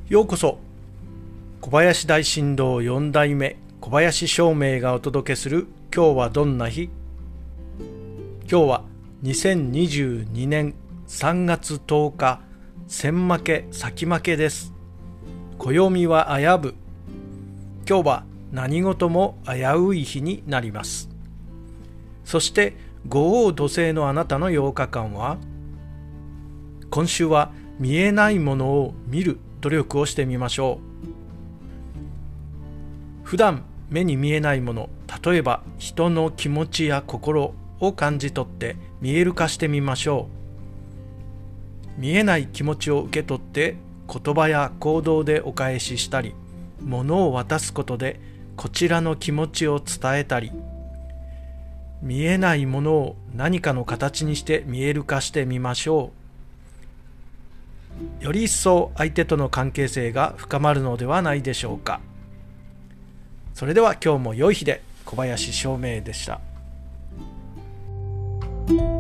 ようこそ。小林大神道4代目小林照明がお届けする今日はどんな日。今日は2022年3月10日、先負け先負けです。暦は危ぶ。今日は何事も危うい日になります。そして五黄土星のあなたの8日間は、今週は見えないものを見る努力をしてみましょう。普段目に見えないもの、例えば人の気持ちや心を感じ取って見える化してみましょう。見えない気持ちを受け取って言葉や行動でお返ししたり、物を渡すことでこちらの気持ちを伝えたり、見えないものを何かの形にして見える化してみましょう。より一層相手との関係性が深まるのではないでしょうか。それでは今日も良い日で。小林照明でした。